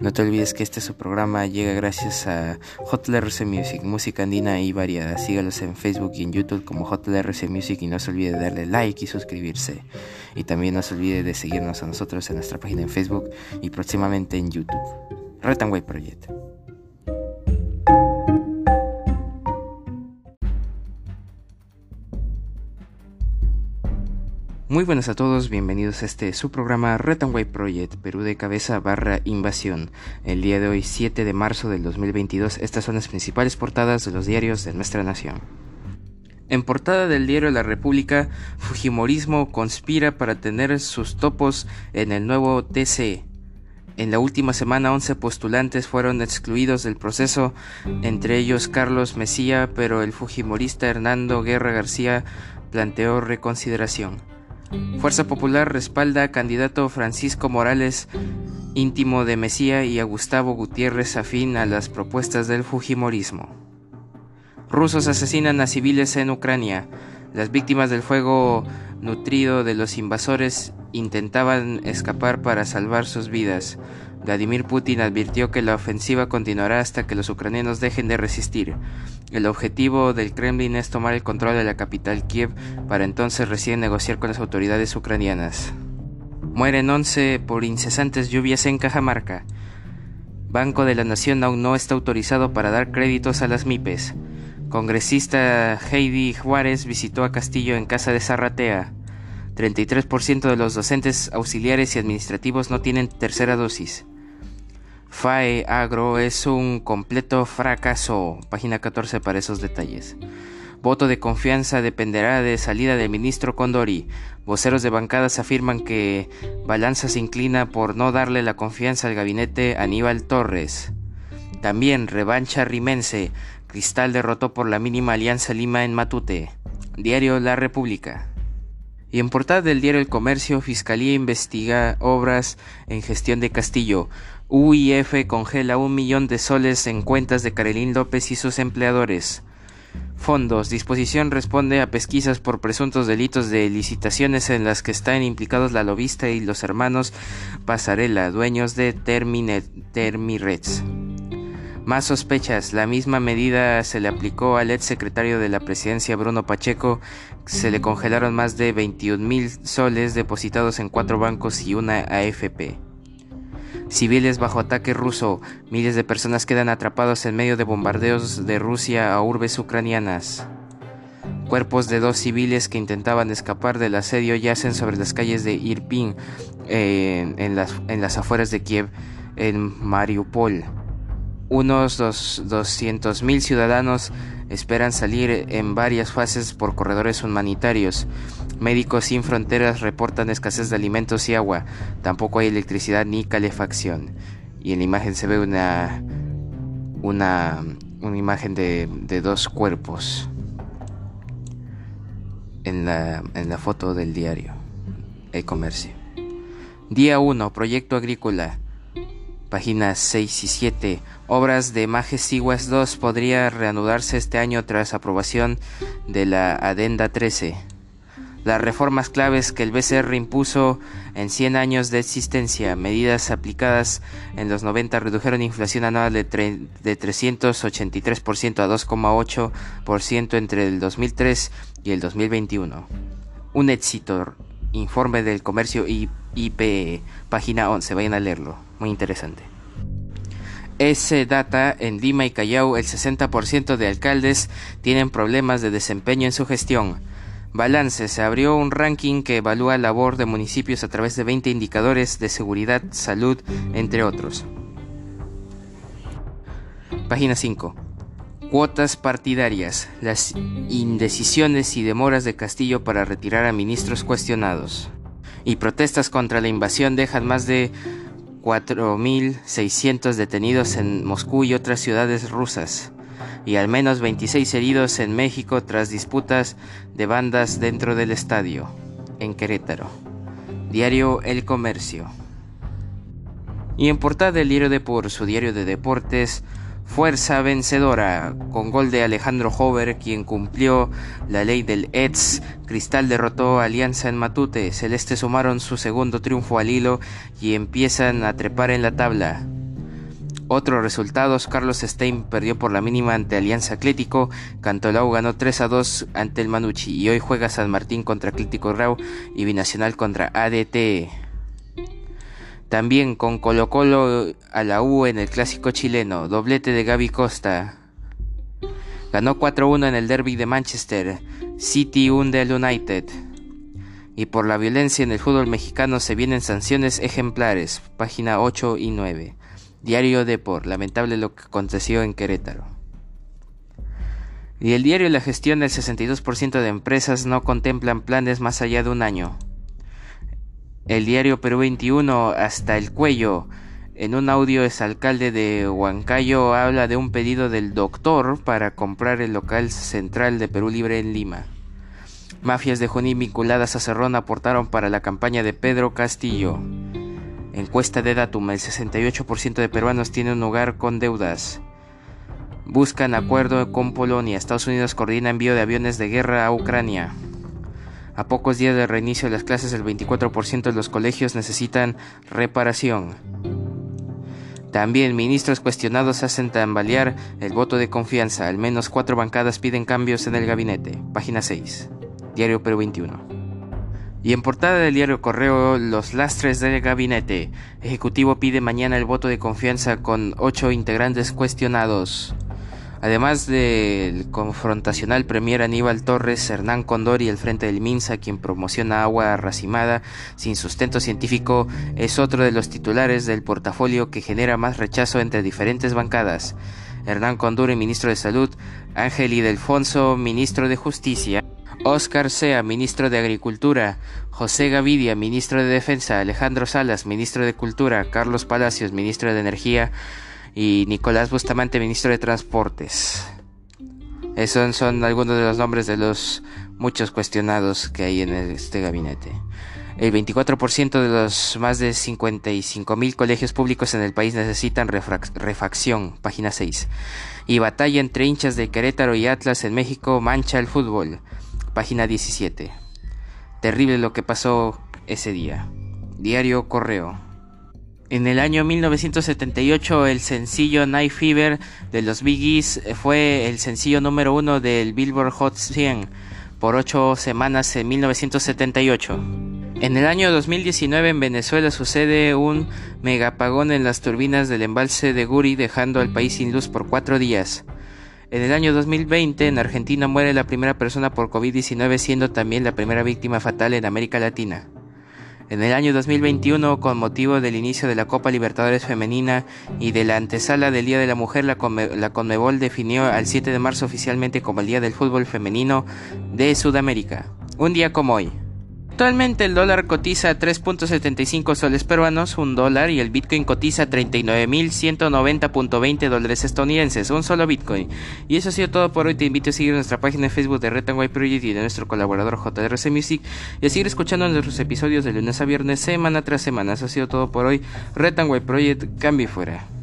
No te olvides que este su programa llega gracias a JLRC Music, música andina y variada. Sígalos en Facebook y en YouTube como JLRC Music y no se olvide de darle like y suscribirse. Y también no se olvide de seguirnos a nosotros en nuestra página en Facebook y próximamente en YouTube. Red and White Project. Muy buenas a todos, bienvenidos a su programa Red and White Project, Perú de cabeza / invasión. El día de hoy, 7 de marzo del 2022, estas son las principales portadas de los diarios de nuestra nación. En portada del diario La República, Fujimorismo conspira para tener sus topos en el nuevo TC. En la última semana 11 postulantes fueron excluidos del proceso, entre ellos Carlos Mesía, pero el fujimorista Hernando Guerra García planteó reconsideración. Fuerza Popular respalda a candidato Francisco Morales, íntimo de Mesía, y a Gustavo Gutiérrez, afín a las propuestas del fujimorismo. Rusos asesinan a civiles en Ucrania. Las víctimas del fuego nutrido de los invasores intentaban escapar para salvar sus vidas. Vladimir Putin advirtió que la ofensiva continuará hasta que los ucranianos dejen de resistir. El objetivo del Kremlin es tomar el control de la capital Kiev para entonces recién negociar con las autoridades ucranianas. Mueren 11 por incesantes lluvias en Cajamarca. Banco de la Nación aún no está autorizado para dar créditos a las MIPES. Congresista Heidi Juárez visitó a Castillo en casa de Zarratea. 33% de los docentes auxiliares y administrativos no tienen tercera dosis. FAE Agro es un completo fracaso. Página 14 para esos detalles. Voto de confianza dependerá de salida del ministro Condori. Voceros de bancadas afirman que balanza se inclina por no darle la confianza al gabinete Aníbal Torres. También revancha rimense. Cristal derrotó por la mínima Alianza Lima en Matute. Diario La República. Y en portada del diario El Comercio, Fiscalía investiga obras en gestión de Castillo. UIF congela 1 millón de soles en cuentas de Carolín López y sus empleadores. Fondos. Disposición responde a pesquisas por presuntos delitos de licitaciones en las que están implicados la lobista y los hermanos Pasarela, dueños de Termirets. Más sospechas. La misma medida se le aplicó al ex secretario de la presidencia Bruno Pacheco. Se le congelaron más de 21,000 soles depositados en 4 bancos y una AFP. Civiles bajo ataque ruso. Miles de personas quedan atrapados en medio de bombardeos de Rusia a urbes ucranianas. Cuerpos de 2 civiles que intentaban escapar del asedio yacen sobre las calles de Irpin, en las afueras de Kiev, en Mariupol. Unos 200,000 ciudadanos esperan salir en varias fases por corredores humanitarios. Médicos Sin Fronteras reportan escasez de alimentos y agua. Tampoco hay electricidad ni calefacción. Y en la imagen se ve una imagen de 2 cuerpos en la foto del diario El Comercio. Día 1, Proyecto Agrícola. Páginas 6 y 7. Obras de Majes Siguas 2 podría reanudarse este año tras aprobación de la Adenda 13. Las reformas claves que el BCR impuso en 100 años de existencia, medidas aplicadas en los 90 redujeron inflación anual de 383% a 2,8% entre el 2003 y el 2021. Un éxito. Informe del Comercio IPE, página 11, vayan a leerlo, muy interesante. Data, en Lima y Callao el 60% de alcaldes tienen problemas de desempeño en su gestión. Balance, se abrió un ranking que evalúa la labor de municipios a través de 20 indicadores de seguridad, salud, entre otros. Página 5. Cuotas partidarias, las indecisiones y demoras de Castillo para retirar a ministros cuestionados. Y protestas contra la invasión dejan más de 4,600 detenidos en Moscú y otras ciudades rusas, y al menos 26 heridos en México tras disputas de bandas dentro del estadio, en Querétaro. Diario El Comercio. Y en portada del diario Depor, su diario de deportes, Fuerza vencedora, con gol de Alejandro Hover, quien cumplió la ley del ETS. Cristal derrotó a Alianza en Matute. Celeste sumaron su segundo triunfo al hilo y empiezan a trepar en la tabla. Otros resultados: Carlos Stein perdió por la mínima ante Alianza Atlético, Cantolao ganó 3-2 ante el Manucci y hoy juega San Martín contra Atlético Grau y Binacional contra ADT. También con Colo-Colo a la U en el clásico chileno, doblete de Gaby Costa. Ganó 4-1 en el derby de Manchester, City hunde al United. Y por la violencia en el fútbol mexicano se vienen sanciones ejemplares, página 8 y 9. Diario Depor, lamentable lo que aconteció en Querétaro. Y el diario La Gestión, el 62% de empresas no contemplan planes más allá de un año. El diario Perú 21, hasta el cuello. En un audio, exalcalde de Huancayo habla de un pedido del doctor para comprar el local central de Perú Libre en Lima. Mafias de Junín vinculadas a Cerrón aportaron para la campaña de Pedro Castillo. Encuesta de Datum, el 68% de peruanos tienen un hogar con deudas. Buscan acuerdo con Polonia. Estados Unidos coordina envío de aviones de guerra a Ucrania. A pocos días del reinicio de las clases, el 24% de los colegios necesitan reparación. También ministros cuestionados hacen tambalear el voto de confianza. Al menos 4 bancadas piden cambios en el gabinete. Página 6. Diario Perú 21. Y en portada del diario Correo, los lastres del gabinete. Ejecutivo pide mañana el voto de confianza con 8 integrantes cuestionados. Además del confrontacional premier Aníbal Torres, Hernán Condori, el frente del Minsa, quien promociona agua racimada sin sustento científico, es otro de los titulares del portafolio que genera más rechazo entre diferentes bancadas. Hernán Condori, ministro de Salud; Ángel Ildefonso, ministro de Justicia; Óscar Sea, ministro de Agricultura; José Gavidia, ministro de Defensa; Alejandro Salas, ministro de Cultura; Carlos Palacios, ministro de Energía; y Nicolás Bustamante, ministro de Transportes. Esos son algunos de los nombres de los muchos cuestionados que hay en este gabinete. El 24% de los más de 55,000 colegios públicos en el país necesitan refacción, página 6. Y batalla entre hinchas de Querétaro y Atlas en México mancha el fútbol, página 17. Terrible lo que pasó ese día. Diario Correo. En el año 1978, el sencillo Night Fever de los Bee Gees fue el sencillo número 1 del Billboard Hot 100 por 8 semanas en 1978. En el año 2019 en Venezuela sucede un megapagón en las turbinas del embalse de Guri, dejando al país sin luz por 4 días. En el año 2020 en Argentina muere la primera persona por COVID-19, siendo también la primera víctima fatal en América Latina. En el año 2021, con motivo del inicio de la Copa Libertadores Femenina y de la antesala del Día de la Mujer, la Conmebol definió al 7 de marzo oficialmente como el Día del Fútbol Femenino de Sudamérica. Un día como hoy. Actualmente el dólar cotiza a 3.75 soles peruanos, un dólar, y el Bitcoin cotiza a 39.190.20 dólares estadounidenses, un solo Bitcoin. Y eso ha sido todo por hoy. Te invito a seguir nuestra página de Facebook de Red and White Project y de nuestro colaborador JRC Music, y a seguir escuchando nuestros episodios de lunes a viernes, semana tras semana. Eso ha sido todo por hoy. Red and White Project, cambio y fuera.